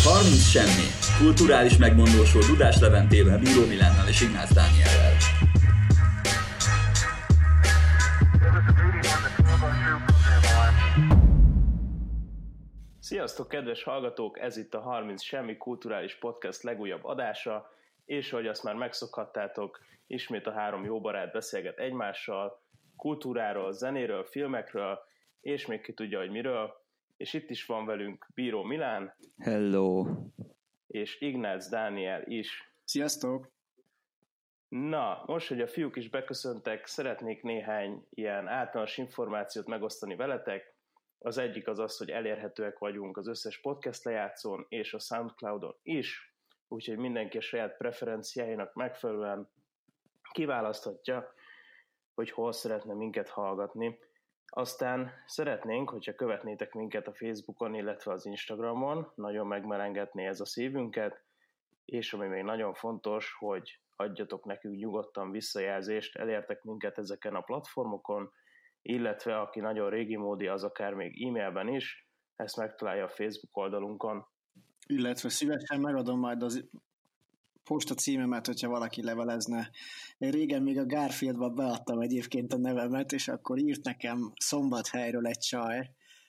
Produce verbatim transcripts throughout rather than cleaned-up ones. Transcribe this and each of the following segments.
harminc semmi. Kulturális megmondósról Dudás Leventével, Bíró Milánnal és Ignác Dániellel. Sziasztok, kedves hallgatók! Ez itt a harminc semmi kulturális podcast legújabb adása, és ahogy azt már megszokhattátok, ismét a három jó barát beszélget egymással, kultúráról, zenéről, filmekről, és még ki tudja, hogy miről. És itt is van velünk Bíró Milán. Hello! És Ignác Dániel is. Sziasztok! Na, most, hogy a fiúk is beköszöntek, szeretnék néhány ilyen általános információt megosztani veletek. Az egyik az az, hogy elérhetőek vagyunk az összes podcast lejátszón és a SoundCloudon is, úgyhogy mindenki a saját preferenciáinak megfelelően kiválaszthatja, hogy hol szeretne minket hallgatni. Aztán szeretnénk, hogyha követnétek minket a Facebookon, illetve az Instagramon, nagyon megmelengetné ez a szívünket, és ami még nagyon fontos, hogy adjatok nekünk nyugodtan visszajelzést, elértek minket ezeken a platformokon, illetve aki nagyon régi módi, az akár még e-mailben is, ezt megtalálja a Facebook oldalunkon. Illetve szívesen megadom majd az posta címemet, hogyha valaki levelezne. Én régen még a Garfieldba beadtam egyébként a nevemet, és akkor írt nekem Szombathelyről egy csaj,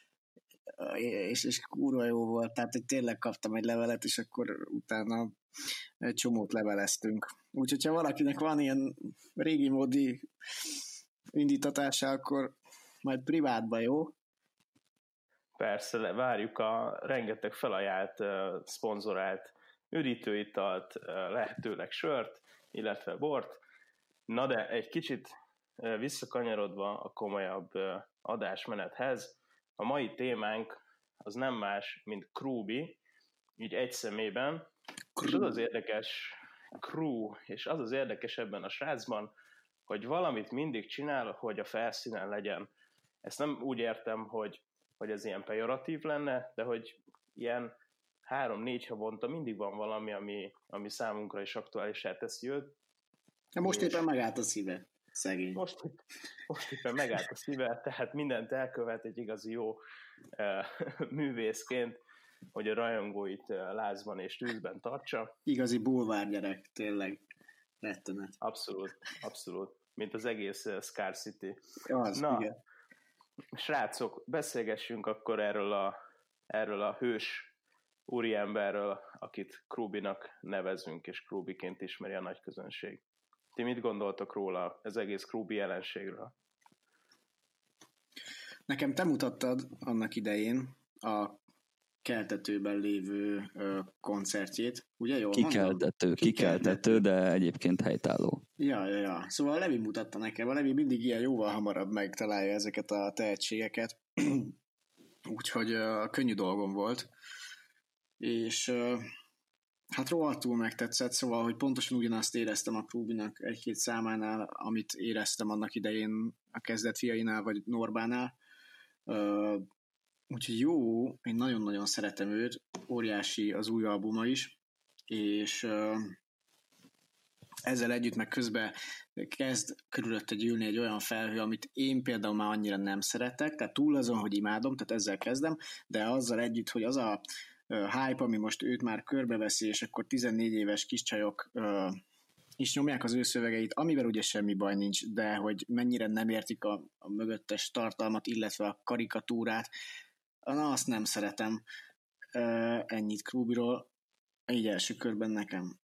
és, és kurva jó volt, tehát hogy tényleg kaptam egy levelet, és akkor utána egy csomót leveleztünk. Úgyhogy ha valakinek van ilyen régi módi indítatása, akkor majd privátba, jó? Persze, várjuk a rengeteg felajánlt, uh, szponzorált üdítőitalt, uh, lehetőleg sört, illetve bort. Na de egy kicsit uh, visszakanyarodva a komolyabb uh, adásmenethez, a mai témánk az nem más, mint Krúbi, így egy szemében, és az az érdekes, Krú, és az az érdekes ebben a srácban, hogy valamit mindig csinál, hogy a felszínen legyen. Ezt nem úgy értem, hogy, hogy ez ilyen pejoratív lenne, de hogy ilyen három-négy havonta mindig van valami, ami, ami számunkra is aktuálisá teszi őt. De most és éppen megállt a szíve, szegény. Most, most éppen megállt a szíve, tehát mindent elkövet egy igazi jó uh, művészként, hogy a rajongóit uh, lázban és tűzben tartsa. Igazi bulvárgyerek, tényleg. Rettenet. Abszolút, abszolút. Mint az egész uh, Scar City. Az, Na, igen. Srácok, beszélgessünk akkor erről a, erről a hős úriemberről, akit Krúbinak nevezünk, és Krúbiként ismeri a nagy közönség. Ti mit gondoltok róla, az egész Krúbi jelenségről? Nekem te mutattad annak idején a keltetőben lévő ö, koncertjét, ugye jól mondom? Kikeltető, kikeltető, de egyébként helytálló. Ja, ja, ja. Szóval a Levi mutatta nekem, a Levi mindig ilyen jóval hamarabb megtalálja ezeket a tehetségeket, úgyhogy ö, könnyű dolgom volt, és ö, hát rohadtul megtetszett, szóval, hogy pontosan ugyanazt éreztem a Krúbinak egy-két számánál, amit éreztem annak idején a kezdetfiainál, vagy Norbánál. Ö, Úgyhogy jó, én nagyon-nagyon szeretem őt, óriási az új albuma is, és uh, ezzel együtt meg közben kezd körülötte gyűlni egy olyan felhő, amit én például már annyira nem szeretek, tehát túl azon, hogy imádom, tehát ezzel kezdem, de azzal együtt, hogy az a uh, hype, ami most őt már körbeveszi, és akkor tizennégy éves kis csajok uh, is nyomják az ő szövegeit, amivel ugye semmi baj nincs, de hogy mennyire nem értik a, a mögöttes tartalmat, illetve a karikatúrát, na, azt nem szeretem. Uh, ennyit Krúbiról, így első körben nekem.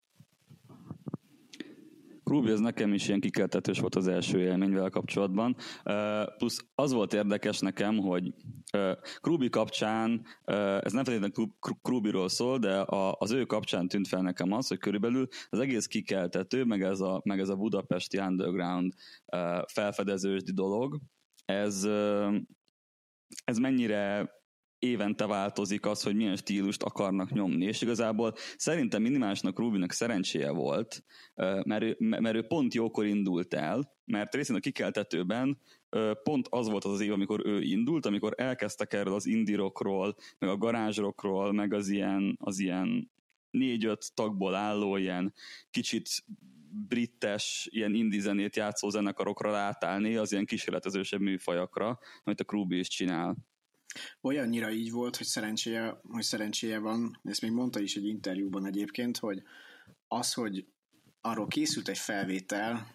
Krúbi az nekem is ilyen kikeltetős volt az első élmény vele kapcsolatban. Uh, plusz az volt érdekes nekem, hogy uh, Krúbi kapcsán, uh, ez nem feltétlenül Krúbiról szól, de a, az ő kapcsán tűnt fel nekem az, hogy körülbelül az egész kikeltető, meg ez a, meg ez a budapesti underground uh, felfedezősdi dolog, ez, uh, ez mennyire évente változik az, hogy milyen stílust akarnak nyomni, és igazából szerintem minimálisnak Krúbinak szerencséje volt, mert ő, mert ő pont jókor indult el, mert részint a kikeltetőben pont az volt az az év, amikor ő indult, amikor elkezdtek erről az indie rockról, meg a garázsrockról, meg az ilyen, az ilyen négy-öt tagból álló, ilyen kicsit brittes, ilyen indie zenét játszó zenekarokra átállni, az ilyen kísérletezősebb műfajakra, amit a Krúbi is csinál. Olyannyira így volt, hogy szerencséje, hogy szerencséje van, ezt még mondta is egy interjúban egyébként, hogy az, hogy arról készült egy felvétel,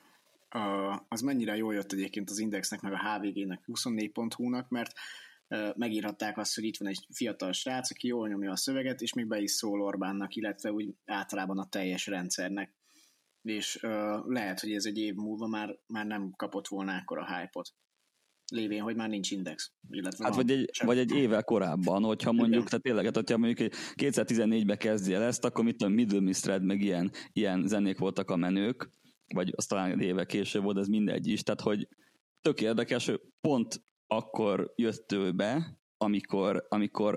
az mennyire jól jött egyébként az Indexnek, meg a há vé gének, huszonnégy pont hú-nak, mert megírhatták azt, hogy itt van egy fiatal srác, aki jól nyomja a szöveget, és még be is szól Orbánnak, illetve úgy általában a teljes rendszernek. És uh, lehet, hogy ez egy év múlva már, már nem kapott volna akkora hype-ot. Lévén, hogy már nincs Index. Illetve hát vagy egy, vagy egy évvel korábban, hogyha mondjuk, tehát tényleg, hát, hogyha mondjuk kétezer-tizennégyben kezdje el ezt, akkor mit tudom, Middle Mistred, meg ilyen, ilyen zenék voltak a menők, vagy az talán egy éve később volt, ez mindegy is, tehát hogy tök érdekes, hogy pont akkor jött ő be, amikor, amikor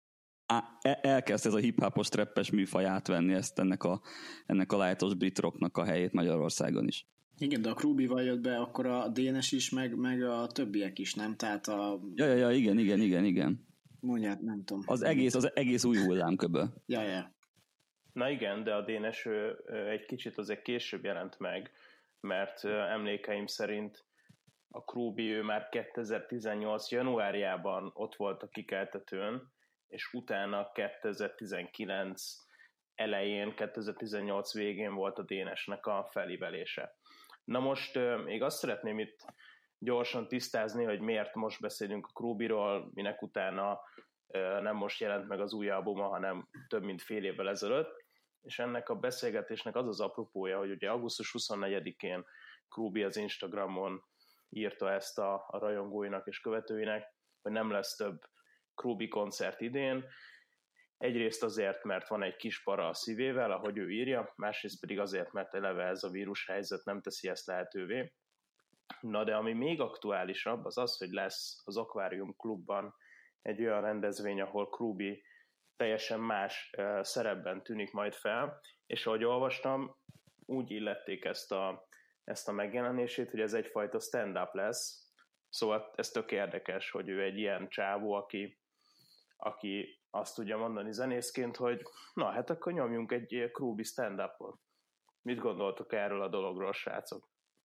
elkezdte ez a hip-hopos, trappes műfaj átvenni ezt ennek a, ennek a lájtos brit rocknak a helyét Magyarországon is. Igen, de a Krúbival jött be, akkor a dé en es is, meg, meg a többiek is, nem? Tehát a... Ja, ja, ja, igen, igen, igen, igen. Mondját, nem tudom. Az egész, az egész új hullámköbö. Ja, ja. Na igen, de a dé en es egy kicsit azért később jelent meg, mert emlékeim szerint a Krúbi ő már kétezer-tizennyolc januárjában ott volt a kikeltetőn, és utána kétezer-tizenkilenc elején, kétezer-tizennyolc végén volt a dé en esnek a felívelése. Na most még azt szeretném itt gyorsan tisztázni, hogy miért most beszélünk a Krúbiról, minek utána nem most jelent meg az új albuma, hanem több mint fél évvel ezelőtt, és ennek a beszélgetésnek az az apropója, hogy ugye augusztus huszonnegyedikén Krúbi az Instagramon írta ezt a, a rajongóinak és követőinek, hogy nem lesz több Krúbi koncert idén. Egyrészt azért, mert van egy kis para a szívével, ahogy ő írja, másrészt pedig azért, mert eleve ez a vírushelyzet nem teszi ezt lehetővé. Na de ami még aktuálisabb, az az, hogy lesz az Aquarium Klubban egy olyan rendezvény, ahol Krúbi teljesen más uh, szerepben tűnik majd fel, és ahogy olvastam, úgy illették ezt a, ezt a megjelenését, hogy ez egyfajta stand-up lesz, szóval ez tök érdekes, hogy ő egy ilyen csávó, aki, aki azt tudja mondani zenészként, hogy na hát akkor nyomjunk egy Krúbi stand-upot. Mit gondoltok erről a dologról, srácok?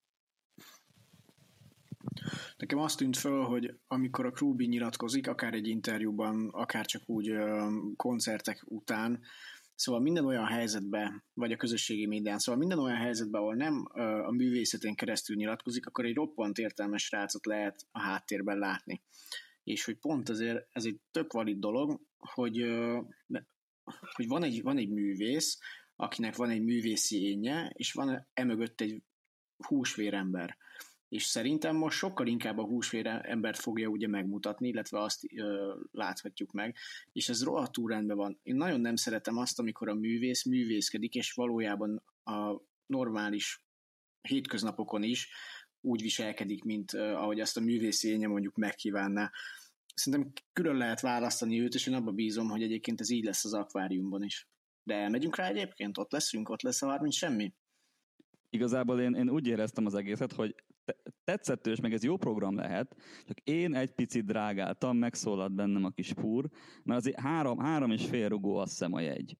Nekem azt tűnt föl, hogy amikor a Krúbi nyilatkozik, akár egy interjúban, akár csak úgy ö, koncertek után, szóval minden olyan helyzetben, vagy a közösségi médián, szóval minden olyan helyzetben, ahol nem ö, a művészetén keresztül nyilatkozik, akkor egy roppant értelmes srácot lehet a háttérben látni. És hogy pont ezért ez egy tök valid dolog, hogy, ö, hogy van, egy, van egy művész, akinek van egy művészi énje, és van emögött egy húsvérember. És szerintem most sokkal inkább a húsvér embert fogja ugye megmutatni, illetve azt ö, láthatjuk meg, és ez rohadtul rendben van. Én nagyon nem szeretem azt, amikor a művész művészkedik, és valójában a normális hétköznapokon is úgy viselkedik, mint ö, ahogy azt a művészi énje mondjuk megkívánná. Szerintem külön lehet választani őt, és én abba bízom, hogy egyébként ez így lesz az akváriumban is. De elmegyünk rá egyébként? Ott leszünk? Ott lesz a harminc semmi? Igazából én, én úgy éreztem az egészet, hogy tetszett, és meg ez jó program lehet, csak én egy picit drágáltam, megszólalt bennem a kis púr, mert azért három, három és fél rugó azt hiszem a jegy.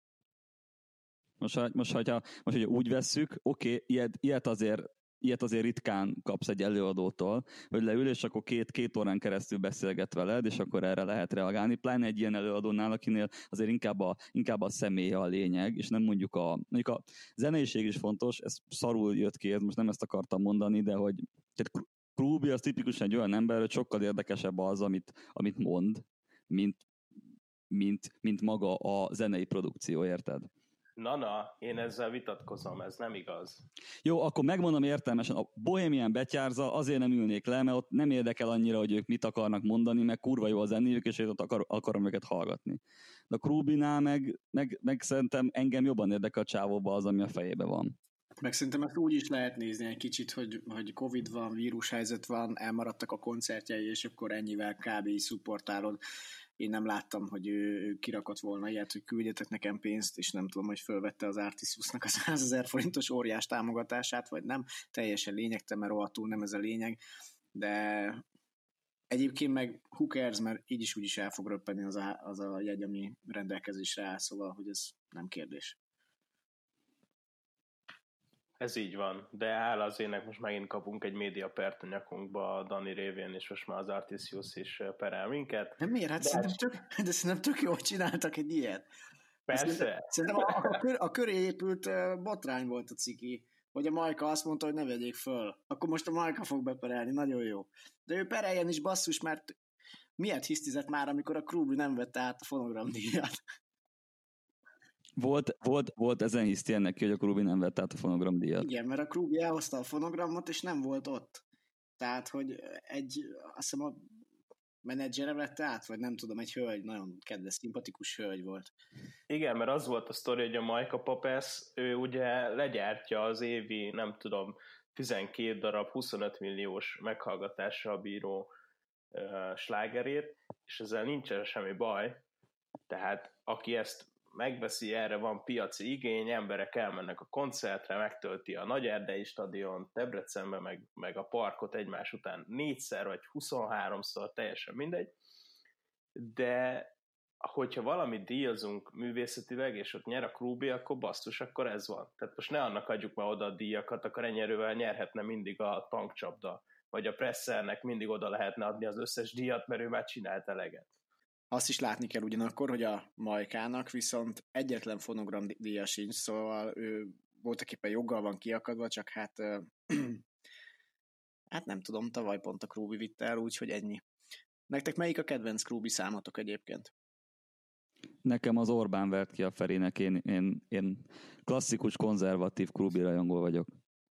Most, most, hogyha, most hogyha úgy vesszük, oké, okay, ilyet, ilyet azért ilyet azért ritkán kapsz egy előadótól, hogy leül, és akkor két, két órán keresztül beszélget veled, és akkor erre lehet reagálni. Pláne egy ilyen előadónál, akinél azért inkább a, inkább a személye a lényeg, és nem mondjuk a, mondjuk a zeneiség is fontos, ez szarul jött ki, ez most nem ezt akartam mondani, de hogy Krúbi az tipikusan egy olyan ember, hogy sokkal érdekesebb az, amit, amit mond, mint, mint, mint maga a zenei produkció, érted? Na-na, én ezzel vitatkozom, ez nem igaz. Jó, akkor megmondom értelmesen, a Bohemian betyárza azért nem ülnék le, mert ott nem érdekel annyira, hogy ők mit akarnak mondani, meg kurva jó a zenéjük, és én ott akar, akarom őket hallgatni. De a Krúbinál meg, meg, meg szerintem engem jobban érdekel a csávóba az, ami a fejébe van. Meg szerintem ezt úgy is lehet nézni egy kicsit, hogy, hogy Covid van, vírushelyzet van, elmaradtak a koncertjei, és akkor ennyivel kb. Szupportálod. Én nem láttam, hogy ő, ő kirakott volna ilyet, hogy küldjetek nekem pénzt, és nem tudom, hogy fölvette az Artisusnak a százezer forintos óriás támogatását, vagy nem. Teljesen lényegtelen, mert rohadtul nem ez a lényeg. De egyébként meg who cares, mert így is úgy is el fog röppenni az a, az a jegy, ami rendelkezésre áll, szóval, hogy ez nem kérdés. Ez így van, de hála az ének most megint kapunk egy média pert a nyakunkba a Dani révén, és most már az Artisius is perel minket. De miért? Hát de szerintem, tök, de szerintem tök jól csináltak egy ilyet. Persze. Szerintem, szerintem a, a, kör, a köré épült uh, botrány volt a ciki, hogy a Majka azt mondta, hogy ne vegyék föl. Akkor most a Majka fog beperelni, nagyon jó. De ő pereljen is basszus, mert miért hisztizett már, amikor a Krúbi nem vette át a fonogramdíjat? Volt, volt, volt ezen hiszti ennek, hogy a Krúbi nem vette át a fonogramdíjat. Igen, mert a Krúbi elhozta a fonogramot, és nem volt ott. Tehát, hogy egy, azt hiszem a menedzsere vette át, vagy nem tudom, egy hölgy, nagyon kedves, szimpatikus hölgy volt. Igen, mert az volt a sztori, hogy a Majka Papesz, ő ugye legyártja az évi, nem tudom, tizenkét darab, huszonöt milliós meghallgatással bíró uh, slágerét, és ezzel nincsen semmi baj, tehát aki ezt megveszi, erre van piaci igény, emberek elmennek a koncertre, megtölti a Nagyerdei stadion, Debrecenbe, meg, meg a parkot egymás után négyszer vagy huszonháromszor, teljesen mindegy, de hogyha valamit díjazunk művészetileg, és ott nyer a Krúbi, akkor basszus, akkor ez van. Tehát most ne annak adjuk már oda a díjakat, akkor ennyi erővel nyerhetne mindig a tankcsapda, vagy a Pressernek mindig oda lehetne adni az összes díjat, mert ő már csinált eleget. Azt is látni kell ugyanakkor, hogy a Majkának viszont egyetlen fonogram díja sincs, szóval ő voltak éppen joggal van kiakadva, csak hát hát nem tudom, tavaly pont a Krúbi vitte el, úgyhogy ennyi. Nektek melyik a kedvenc Krúbi számotok egyébként? Nekem az Orbán vert ki a Ferinek, én, én, én klasszikus, konzervatív Krúbi rajongó vagyok.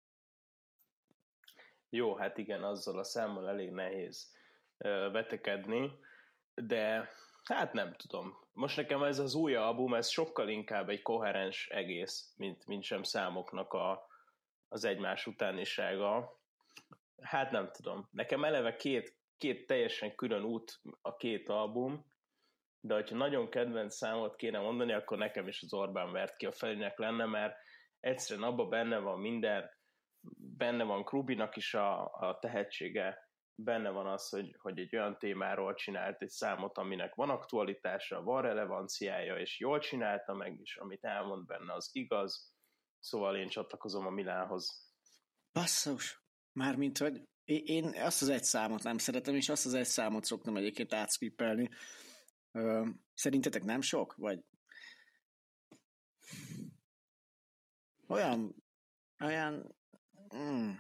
Jó, hát igen, azzal a számmal elég nehéz vetekedni, de hát nem tudom. Most nekem ez az új album, ez sokkal inkább egy koherens egész, mint, mint sem számoknak a, az egymás utánisága. Hát nem tudom. Nekem eleve két, két teljesen külön út a két album, de hogyha nagyon kedvenc számot kéne mondani, akkor nekem is az Orbán vert ki a Ferinek lenne, mert egyszerűen abban benne van minden, benne van Krúbinak is a, a tehetsége, benne van az, hogy, hogy egy olyan témáról csinált egy számot, aminek van aktualitása, van relevanciája, és jól csinálta meg, és amit elmond benne, az igaz. Szóval én csatlakozom a Milánhoz. Basszus! Mármint, hogy én azt az egy számot nem szeretem, és azt az egy számot szoktam egyébként átszkippelni. Szerintetek nem sok? Vagy olyan olyan mm.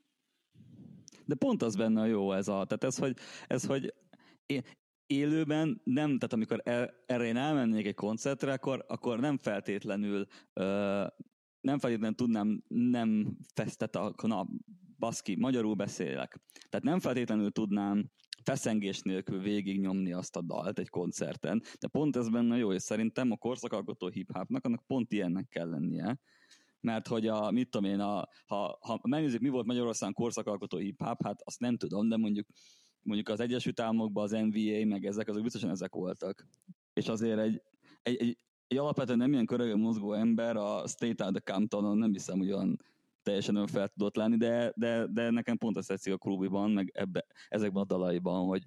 De pont az benne a jó ez a, tehát ez, hogy, ez, hogy én élőben nem, tehát amikor el, erre én elmennék egy koncertre, akkor, akkor nem feltétlenül ö, nem feltétlenül tudnám nem fesztet a, na, baszki, magyarul beszélek. Tehát nem feltétlenül tudnám feszengés nélkül végignyomni azt a dalt egy koncerten, de pont ez benne jó, és szerintem a korszakalkotó hip-hopnak annak pont ilyennek kell lennie, mert hogy a, mit tudom én, a, ha, ha megnézzük, mi volt Magyarországon korszakalkotó hip-hop, hát azt nem tudom, de mondjuk, mondjuk az Egyesült Államokban az en vé á, meg ezek, azok biztosan ezek voltak. És azért egy, egy, egy, egy alapvetően nem ilyen körögön mozgó ember a State of the Comptonon nem hiszem, hogy olyan teljesen ön fel tudott lenni, de, de, de nekem pont azt tetszik a Krúbiban, meg ebbe, ezekben a dalaiban, hogy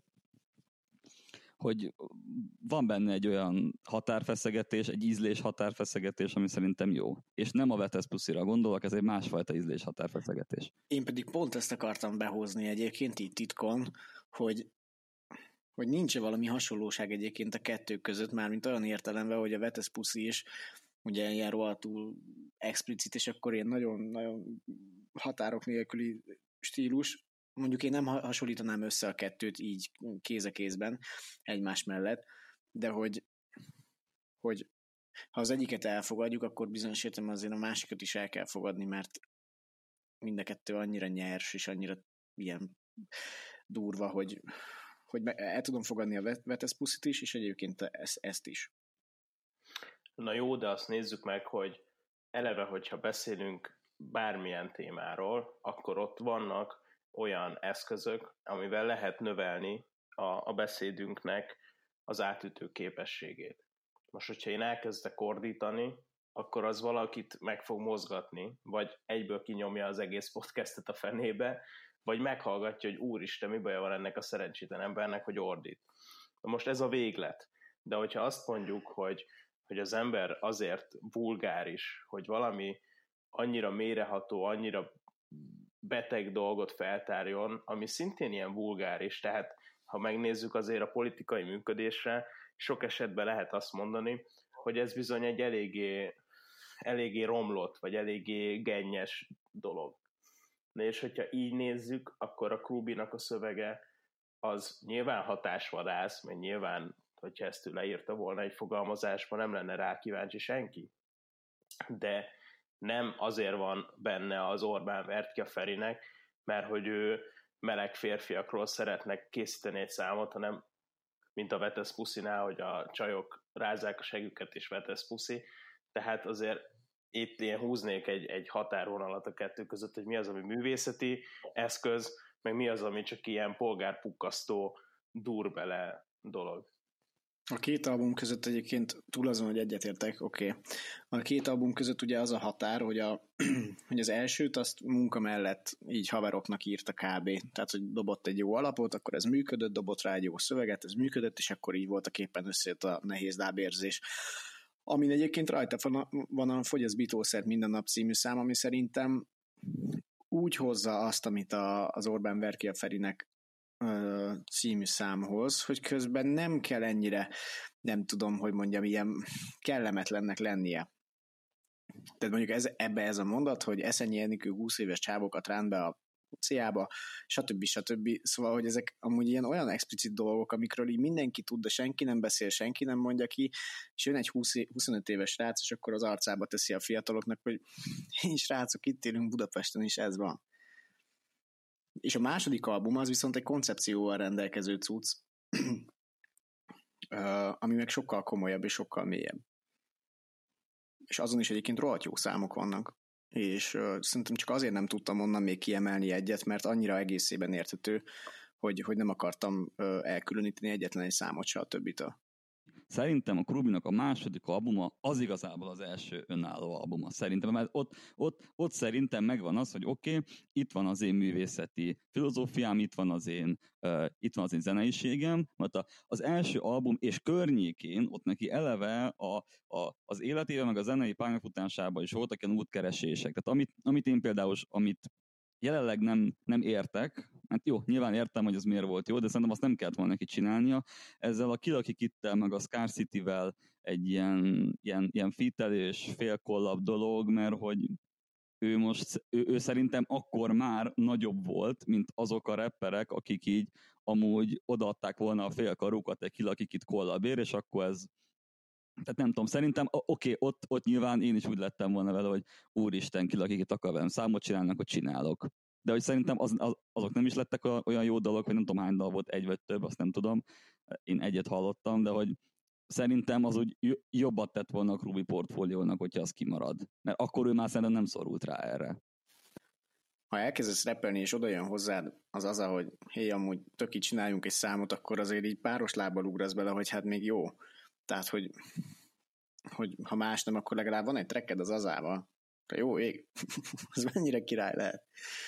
hogy van benne egy olyan határfeszegetés, egy ízlés határfeszegetés, ami szerintem jó. És nem a Vetesz Puszira gondolok, ez egy másfajta ízlés határfeszegetés. Én pedig pont ezt akartam behozni egyébként itt titkon, hogy, hogy nincs valami hasonlóság egyébként a kettő között, mármint olyan értelemben, hogy a Vetesz Puszi is ugye ilyen rohadtul explicit, és akkor ilyen nagyon-nagyon határok nélküli stílus. Mondjuk én nem hasonlítanám össze a kettőt így kéz a kézben egymás mellett, de hogy, hogy ha az egyiket elfogadjuk, akkor bizonyos értelemben azért a másikat is el kell fogadni, mert mind a kettő annyira nyers, és annyira ilyen durva, hogy, hogy el tudom fogadni a Vetesz Puszit is, és egyébként ezt, ezt is. Na jó, de azt nézzük meg, hogy eleve, hogyha beszélünk bármilyen témáról, akkor ott vannak olyan eszközök, amivel lehet növelni a, a beszédünknek az átütő képességét. Most, hogyha én elkezdek ordítani, akkor az valakit meg fog mozgatni, vagy egyből kinyomja az egész podcastet a fenébe, vagy meghallgatja, hogy úristen, mi baja van ennek a szerencsétlen embernek, hogy ordít. Na most ez a véglet. De hogyha azt mondjuk, hogy, hogy az ember azért vulgáris, hogy valami annyira mélyreható, annyira beteg dolgot feltárjon, ami szintén ilyen vulgáris, tehát ha megnézzük azért a politikai működésre, sok esetben lehet azt mondani, hogy ez bizony egy eléggé, eléggé romlott, vagy eléggé gennyes dolog. Na és hogyha így nézzük, akkor a Krubinak a szövege az nyilván hatásvadász, mert nyilván, hogyha ezt ő leírta volna egy fogalmazásban, nem lenne rá kíváncsi senki. De nem azért van benne az Orbán vert ki a Ferinek, mert hogy ő meleg férfiakról szeretnek készíteni egy számot, hanem mint a Vetesz Puszinál, hogy a csajok rázzák a següket és Vetesz Puszi. Tehát azért itt én húznék egy, egy határvonalat a kettő között, hogy mi az, ami művészeti eszköz, meg mi az, ami csak ilyen polgárpukkasztó dur bele dolog. A két album között egyébként túl azon, hogy egyetértek, oké. Okay. A két album között ugye az a határ, hogy, a, hogy az elsőt azt munka mellett így haveroknak írta kb. Tehát, hogy dobott egy jó alapot, akkor ez működött, dobott rá egy jó szöveget, ez működött, és akkor így voltak éppen összejött a nehéz lábérzés. Amin egyébként rajta van, van a Fogyaszbítószert minden nap című szám, ami szerintem úgy hozza azt, amit a, az Orbán ver ki a Ferinek ö, című számhoz, hogy közben nem kell ennyire, nem tudom, hogy mondjam, ilyen kellemetlennek lennie. Tehát mondjuk ez, ebbe ez a mondat, hogy Eszenyi Enikő húsz éves csávokat ránt be a ciába, stb. stb. Szóval, hogy ezek amúgy ilyen olyan explicit dolgok, amikről így mindenki tud, de senki nem beszél, senki nem mondja ki, és jön egy húsz, huszonöt éves srác, és akkor az arcába teszi a fiataloknak, hogy én srácok, itt élünk Budapesten, és ez van. És a második album az viszont egy koncepcióval rendelkező cucc, ami meg sokkal komolyabb és sokkal mélyebb. És azon is egyébként rohadt jó számok vannak. És uh, szerintem csak azért nem tudtam onnan még kiemelni egyet, mert annyira egészében érthető, hogy, hogy nem akartam uh, elkülöníteni egyetlen egy számot se a többitől. Szerintem a Krubinak a második albuma az igazából az első önálló albuma. Szerintem, mert ott, ott, ott szerintem megvan az, hogy oké, okay, itt van az én művészeti filozófiám, itt van az én, uh, itt van az én zeneiségem, mert a, az első album és környékén ott neki eleve a, a, az életében, meg a zenei pályafutásában is voltak ilyen útkeresések. Tehát amit, amit én például, amit jelenleg nem, nem értek, hát jó, nyilván értem, hogy ez miért volt jó, de szerintem azt nem kellett volna neki csinálnia. Ezzel a Kill a Kikittel, meg a Scarcity-vel egy ilyen, ilyen, ilyen fittelés, félkollap dolog, mert hogy ő most, ő, ő szerintem akkor már nagyobb volt, mint azok a rapperek, akik így amúgy odaadták volna a félkarukat egy Kill a Kikit kollabért, és akkor ez tehát nem tudom, szerintem oké, okay, ott, ott nyilván én is úgy lettem volna vele, hogy úristen, Kill a Kikit akar velem számot csinálnak, hogy csinálok. De hogy szerintem az, az, azok nem is lettek olyan jó dolog, hogy nem tudom hány dal volt, egy vagy több, azt nem tudom. Én egyet hallottam, de hogy szerintem az úgy jobbat tett volna a Krubi portfóliónak, hogyha az kimarad. Mert akkor ő már szerintem nem szorult rá erre. Ha elkezdesz rappelni, és oda jön hozzád az az, hogy hé, amúgy tök így csináljunk egy számot, akkor azért így páros lábbal ugrasz bele, hogy hát még jó. Tehát, hogy, hogy ha más nem, akkor legalább van egy tracked az azával. Jó ég, az mennyire király lehet.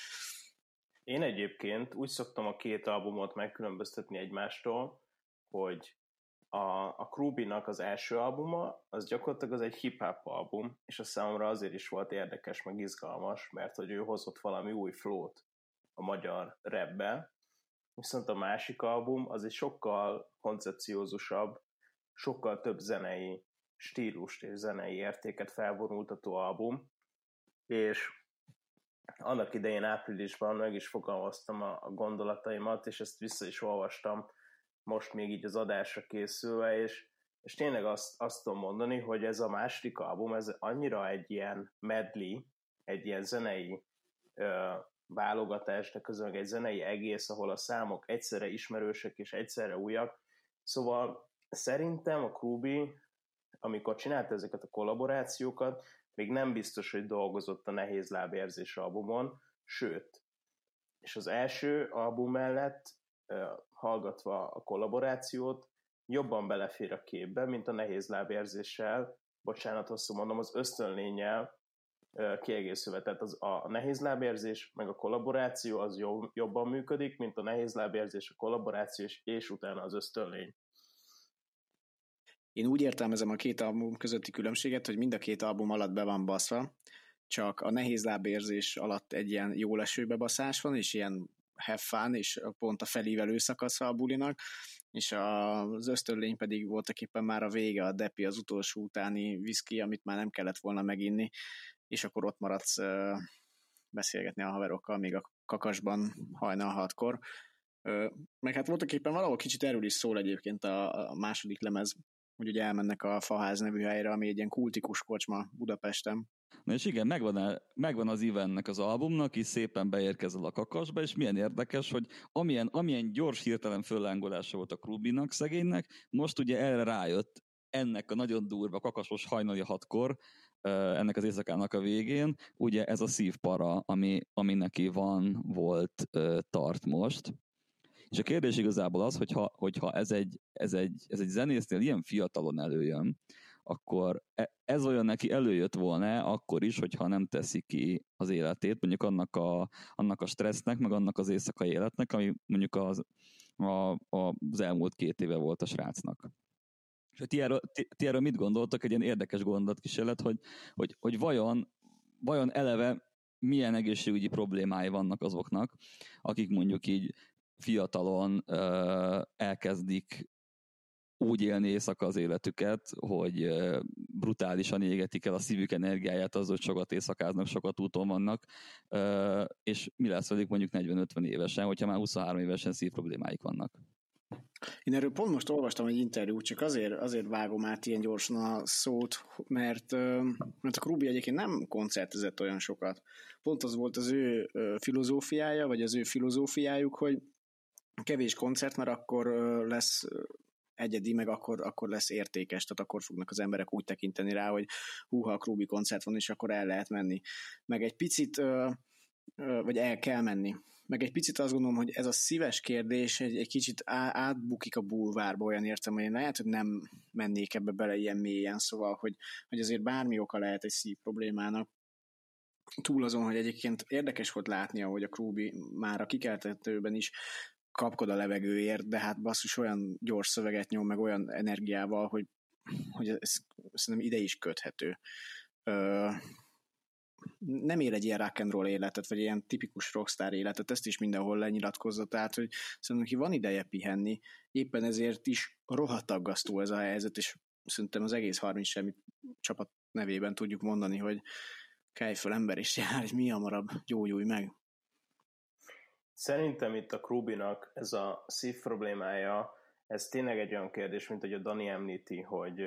Én egyébként úgy szoktam a két albumot megkülönböztetni egymástól, hogy a, a Krubinak az első albuma, az gyakorlatilag az egy hip-hop album, és a számomra azért is volt érdekes, meg izgalmas, mert hogy ő hozott valami új flót a magyar rapbe, viszont a másik album az egy sokkal koncepciózusabb, sokkal több zenei stílust és zenei értéket felvonultató album, és annak idején áprilisban meg is fogalmaztam a, a gondolataimat, és ezt vissza is olvastam most még így az adásra készülve, és, és tényleg azt, azt tudom mondani, hogy ez a második album, ez annyira egy ilyen medley, egy ilyen zenei ö, válogatás, de közben egy zenei egész, ahol a számok egyszerre ismerősek és egyszerre újak. Szóval szerintem a Krubi, amikor csinálta ezeket a kollaborációkat, még nem biztos, hogy dolgozott a Nehéz lábérzés albumon, sőt, és az első album mellett hallgatva a kollaborációt, jobban belefér a képbe, mint a Nehéz lábérzéssel, bocsánat, hosszú mondom, az Ösztönlénnyel kiegészülve. Tehát az, a Nehéz lábérzés meg a kollaboráció az jobb, jobban működik, mint a Nehéz lábérzés, a kollaboráció és, és utána az Ösztönlény. Én úgy értelmezem a két album közötti különbséget, hogy mind a két album alatt be van baszva, csak a nehéz lábérzés alatt egy ilyen jó lesőbebaszás van, és ilyen have fun, és pont a felívelő szakasza a bulinak, és az ösztönlény pedig voltak éppen már a vége, a depi, az utolsó utáni viszki, amit már nem kellett volna meginni, és akkor ott maradsz uh, beszélgetni a haverokkal, még a kakasban hajnal hatkor. Uh, meg hát voltak éppen valahol kicsit erről is szól egyébként a, a második lemez, hogy ugye elmennek a Faház nevű helyre, ami egy ilyen kultikus kocsma Budapesten. Na és igen, megvan, megvan az Ivennek az albumnak, és szépen beérkezel a kakasba, és milyen érdekes, hogy amilyen, amilyen gyors hirtelen föllángolása volt a Krubinak, szegénynek, most ugye erre rájött ennek a nagyon durva kakasos hajnali hatkor, ennek az éjszakának a végén, ugye ez a szívpara, ami, ami neki van, volt, tart most. És a kérdés igazából az, hogyha, hogyha ez, egy, ez, egy, ez egy zenésznél ilyen fiatalon előjön, akkor ez olyan neki előjött volna akkor is, hogyha nem teszi ki az életét, mondjuk annak a, annak a stressznek, meg annak az éjszakai életnek, ami mondjuk az, a, az elmúlt két éve volt a srácnak. És ti erről, ti, ti erről mit gondoltak? Egy ilyen érdekes gondolatkísérlet, hogy, hogy, hogy vajon, vajon eleve milyen egészségügyi problémái vannak azoknak, akik mondjuk így fiatalon uh, elkezdik úgy élni éjszaka az életüket, hogy uh, brutálisan égetik el a szívük energiáját az, hogy sokat éjszakáznak, sokat úton vannak, uh, és mi lesz velük mondjuk negyven-ötven évesen, hogyha már huszonhárom évesen szívproblémáik vannak. Én erről pont most olvastam egy interjút, csak azért, azért vágom át ilyen gyorsan a szót, mert, mert a Krubi egyébként nem koncertezett olyan sokat. Pont az volt az ő filozófiája, vagy az ő filozófiájuk, hogy kevés koncert, mert akkor lesz egyedi, meg akkor, akkor lesz értékes, tehát akkor fognak az emberek úgy tekinteni rá, hogy húha, a Krubi koncert van, és akkor el lehet menni. Meg egy picit, vagy el kell menni. Meg egy picit azt gondolom, hogy ez a szíves kérdés egy, egy kicsit átbukik a bulvárba, olyan értem, hogy én lehet, hogy nem mennék ebbe bele ilyen mélyen, szóval, hogy, hogy azért bármi oka lehet egy szív problémának. Túl azon, hogy egyébként érdekes volt látni, ahogy a Krubi már a kikeltetőben is kapkod a levegőért, de hát basszus olyan gyors szöveget nyom, meg olyan energiával, hogy, hogy ez szerintem ide is köthető. Ö, nem él egy ilyen rock and roll életet, vagy ilyen tipikus rockstar életet, ezt is mindenhol lenyilatkozza, tehát, hogy szerintem neki van ideje pihenni, éppen ezért is rohadt aggasztó ez a helyzet, és szerintem az egész harminc semmit csapat nevében tudjuk mondani, hogy kelj föl ember, és jár, és mi hamarabb gyógyulj meg. Szerintem itt a Krubinak ez a szív problémája, ez tényleg egy olyan kérdés, mint hogy a Dani említi, hogy,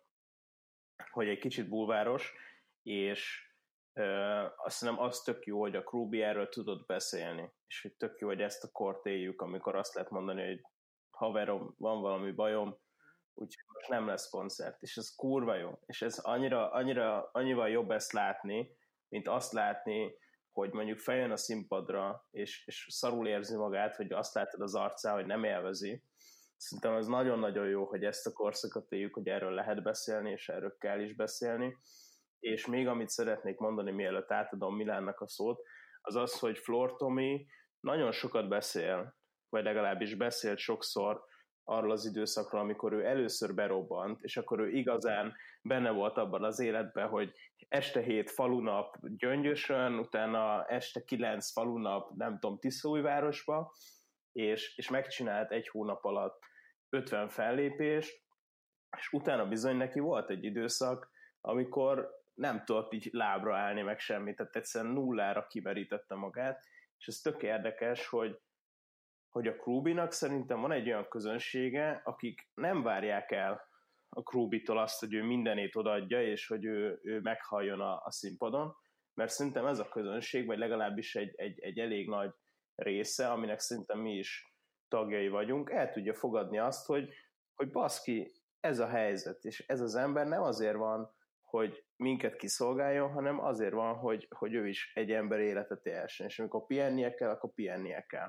hogy egy kicsit bulváros, és azt hiszem az tök jó, hogy a Krubi erről tudott beszélni, és hogy tök jó, hogy ezt a kort éljük, amikor azt lehet mondani, hogy haverom, van valami bajom, úgyhogy most nem lesz koncert, és ez kurva jó, és ez annyira, annyira, annyival jobb ezt látni, mint azt látni, hogy mondjuk feljön a színpadra, és, és szarul érzi magát, hogy azt látod az arcán, hogy nem élvezi. Szerintem ez nagyon-nagyon jó, hogy ezt a korszakot éljük, hogy erről lehet beszélni, és erről kell is beszélni. És még amit szeretnék mondani, mielőtt átadom Milánnak a szót, az az, hogy Flor Tomi nagyon sokat beszél, vagy legalábbis beszélt sokszor arról az időszakról, amikor ő először berobbant, és akkor ő igazán benne volt abban az életben, hogy este hét falunap Gyöngyösön, utána este kilenc falunap, nem tudom, Tiszaújvárosba, és, és megcsinált egy hónap alatt ötven fellépést, és utána bizony neki volt egy időszak, amikor nem tudott így lábra állni meg semmit, tehát egyszerűen nullára kimerítette magát, és ez tök érdekes, hogy, hogy a Krubinak szerintem van egy olyan közönsége, akik nem várják el a Krubitól azt, hogy ő mindenét odaadja, és hogy ő, ő meghalljon a, a színpadon, mert szerintem ez a közönség, vagy legalábbis egy, egy, egy elég nagy része, aminek szerintem mi is tagjai vagyunk, el tudja fogadni azt, hogy, hogy baszki, ez a helyzet, és ez az ember nem azért van, hogy minket kiszolgáljon, hanem azért van, hogy, hogy ő is egy ember életet élsen, és amikor pihennie kell, akkor pihennie kell.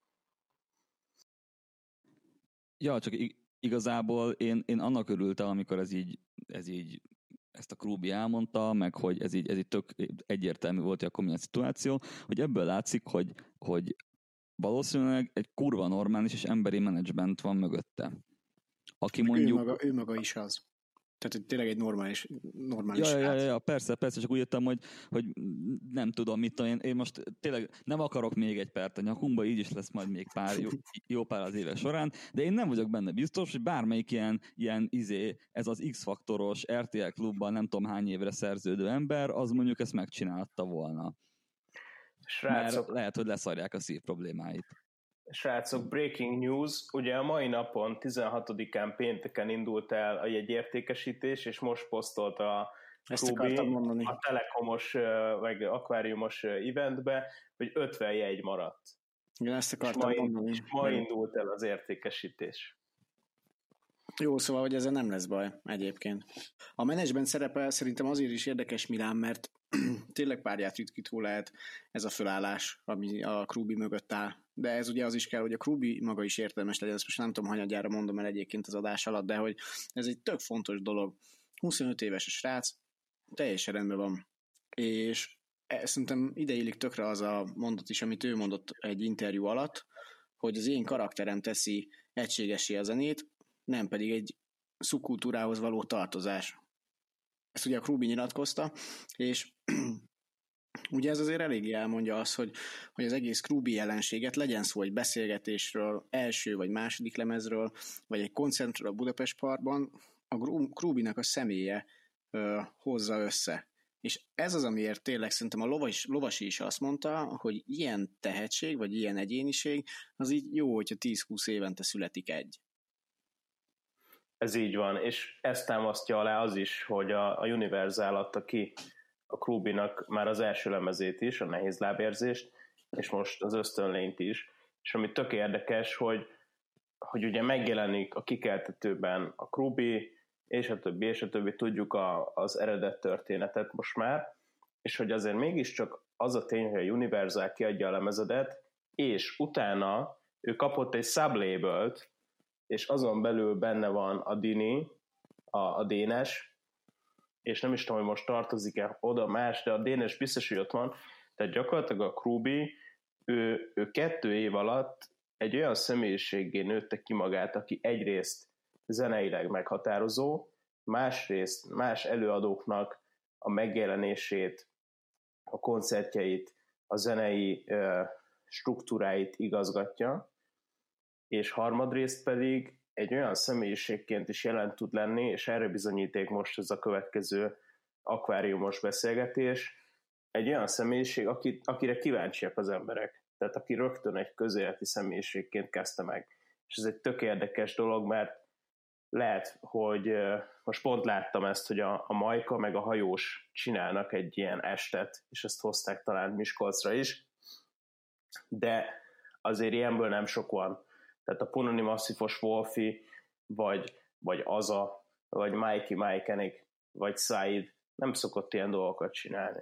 Ja, csak igazából én, én annak örültem, amikor ez így, ez így ezt a Krubi elmondta, meg hogy ez így, ez így tök egyértelmű volt, hogy akkor milyen szituáció, hogy ebből látszik, hogy, hogy valószínűleg egy kurva normális és emberi menedzsment van mögötte. Aki mondjuk... Ő maga, ő maga is az. Tehát hogy tényleg egy normális, normális ja, ja, ja, ja, persze, persze, csak úgy jöttem, hogy, hogy nem tudom, mit tudom én, én most tényleg nem akarok még egy pert a nyakunkba, így is lesz majd még pár, jó, jó pár az évek során, de én nem vagyok benne biztos, hogy bármelyik ilyen, ilyen izé, ez az X-faktoros er té el klubban nem tudom hány évre szerződő ember, az mondjuk ezt megcsinálta volna. Srácok, mert lehet, hogy leszarják a szív problémáit. Srácok, breaking news, ugye a mai napon, tizenhatodikán pénteken indult el a jegyértékesítés, és most posztolt a Krubi a telekomos, vagy akváriumos eventbe, hogy ötven jegy maradt. Igen, ezt akartam és ma, mondani. És ma indult el az értékesítés. Jó, szóval, hogy ezzel nem lesz baj egyébként. A menedzsment szerepe szerintem azért is érdekes, Milán, mert tényleg párját ritkító lehet ez a fölállás, ami a Krubi mögött áll. De ez ugye az is kell, hogy a Krubi maga is értelmes legyen, ezt most nem tudom, hanyadjára mondom el egyébként az adás alatt, de hogy ez egy tök fontos dolog. huszonöt éves a srác, teljesen rendben van. És szerintem ide illik tökre az a mondat is, amit ő mondott egy interjú alatt, hogy az én karakterem teszi egységessé a zenét, nem pedig egy szubkultúrához való tartozás. Ezt ugye a Krubi nyilatkozta, és ugye ez azért eléggé elmondja azt, hogy, hogy az egész Krubi jelenséget, legyen szó egy beszélgetésről, első vagy második lemezről, vagy egy koncertről a Budapest Parkban, a Krubinak a személye ö, hozza össze. És ez az, amiért tényleg szerintem a lovas, Lovasi is azt mondta, hogy ilyen tehetség, vagy ilyen egyéniség, az így jó, hogyha tíz-húsz évente születik egy. Ez így van, és ezt támasztja alá az is, hogy a, a Universal adta ki a Krubinak már az első lemezét is, a Nehéz lábérzést, és most az Ösztönlényt is. És ami tök érdekes, hogy, hogy ugye megjelenik a kikeltetőben a Krubi, és a többi, és a többi, tudjuk a, az eredet történetet most már, és hogy azért mégiscsak az a tény, hogy a Universal kiadja a lemezedet, és utána ő kapott egy sublabelt, és azon belül benne van a Dini, a, a Dénes, és nem is tudom, hogy most tartozik-e oda más, de a Dénes biztos, hogy ott van, tehát gyakorlatilag a Krubi, ő, ő kettő év alatt egy olyan személyiséggé nőtte ki magát, aki egyrészt zeneileg meghatározó, másrészt más előadóknak a megjelenését, a koncertjeit, a zenei ö, struktúráit igazgatja, és harmadrészt pedig egy olyan személyiségként is jelen tud lenni, és erre bizonyíték most ez a következő akváriumos beszélgetés, egy olyan személyiség, akit, akire kíváncsiak az emberek, tehát aki rögtön egy közéleti személyiségként kezdte meg. És ez egy tök érdekes dolog, mert lehet, hogy most pont láttam ezt, hogy a, a Majka meg a Hajós csinálnak egy ilyen estet, és ezt hozták talán Miskolcra is, de azért ilyenből nem sok van. Tehát a Punani Masszifos Wolfi, vagy, vagy Aza, vagy Mikey Mikenik, vagy Said nem szokott ilyen dolgokat csinálni.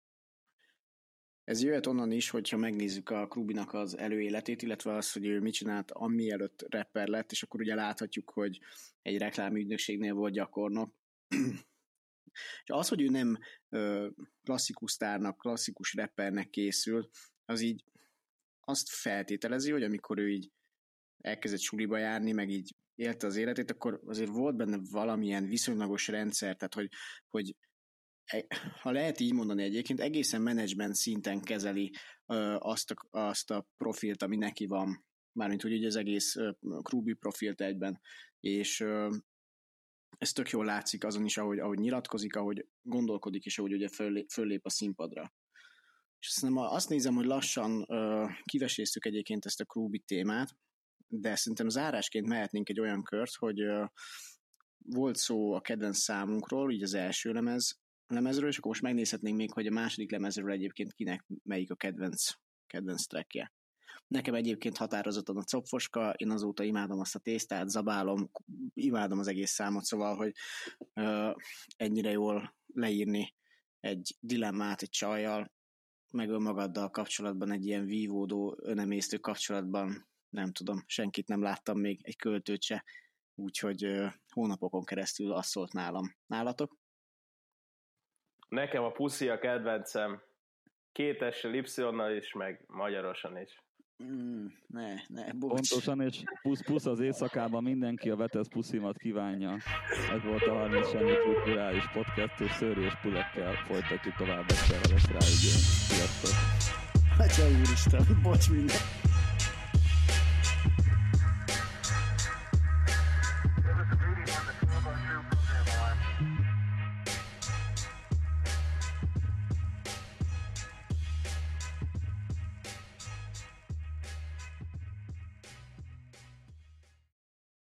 Ez jöhet onnan is, hogyha megnézzük a Krubinak az előéletét, illetve az, hogy ő mit csinált, amielőtt rapper lett, és akkor ugye láthatjuk, hogy egy reklámügynökségnél volt gyakornok. És az, hogy ő nem ö, klasszikus sztárnak, klasszikus rappernek készül, az így azt feltételezi, hogy amikor ő így elkezdett suliba járni, meg így élte az életét, akkor azért volt benne valamilyen viszonylagos rendszer, tehát hogy, hogy ha lehet így mondani egyébként, egészen menedzsment szinten kezeli ö, azt, a, azt a profilt, ami neki van, mármint hogy így az egész ö, Krubi profilt egyben, és ö, ez tök jól látszik azon is, ahogy, ahogy nyilatkozik, ahogy gondolkodik, és ahogy ugye föllép, föllép a színpadra. És aztán azt nézem, hogy lassan ö, kiveséztük egyébként ezt a Krubi témát, de szerintem zárásként mehetnénk egy olyan kört, hogy ö, volt szó a kedvenc számunkról, így az első lemez, lemezről, és akkor most megnézhetnénk még, hogy a második lemezről egyébként kinek melyik a kedvenc, kedvenc trackje. Nekem egyébként határozottan a Copfoska, én azóta imádom azt a tésztát, zabálom, imádom az egész számot, szóval, hogy uh, ennyire jól leírni egy dilemmát egy csajjal, meg önmagaddal kapcsolatban, egy ilyen vívódó, önemésztő kapcsolatban, nem tudom, senkit nem láttam még, egy költőt se, úgyhogy uh, hónapokon keresztül azt szólt nálam. Nálatok? Nekem a Puszi a kedvencem, két essel Y-nal is, meg magyarosan is. Mm, ne, ne, bocs. Pontosan, és pusz, pusz az éjszakában mindenki a Vetesz puszimat kívánja. Ez volt a harminc semmi kulturális podcast, és Szőri és Pulekkel folytatjuk tovább, ezzel lesz rá igény. Sziasztok! Atya úristen, bocs minden.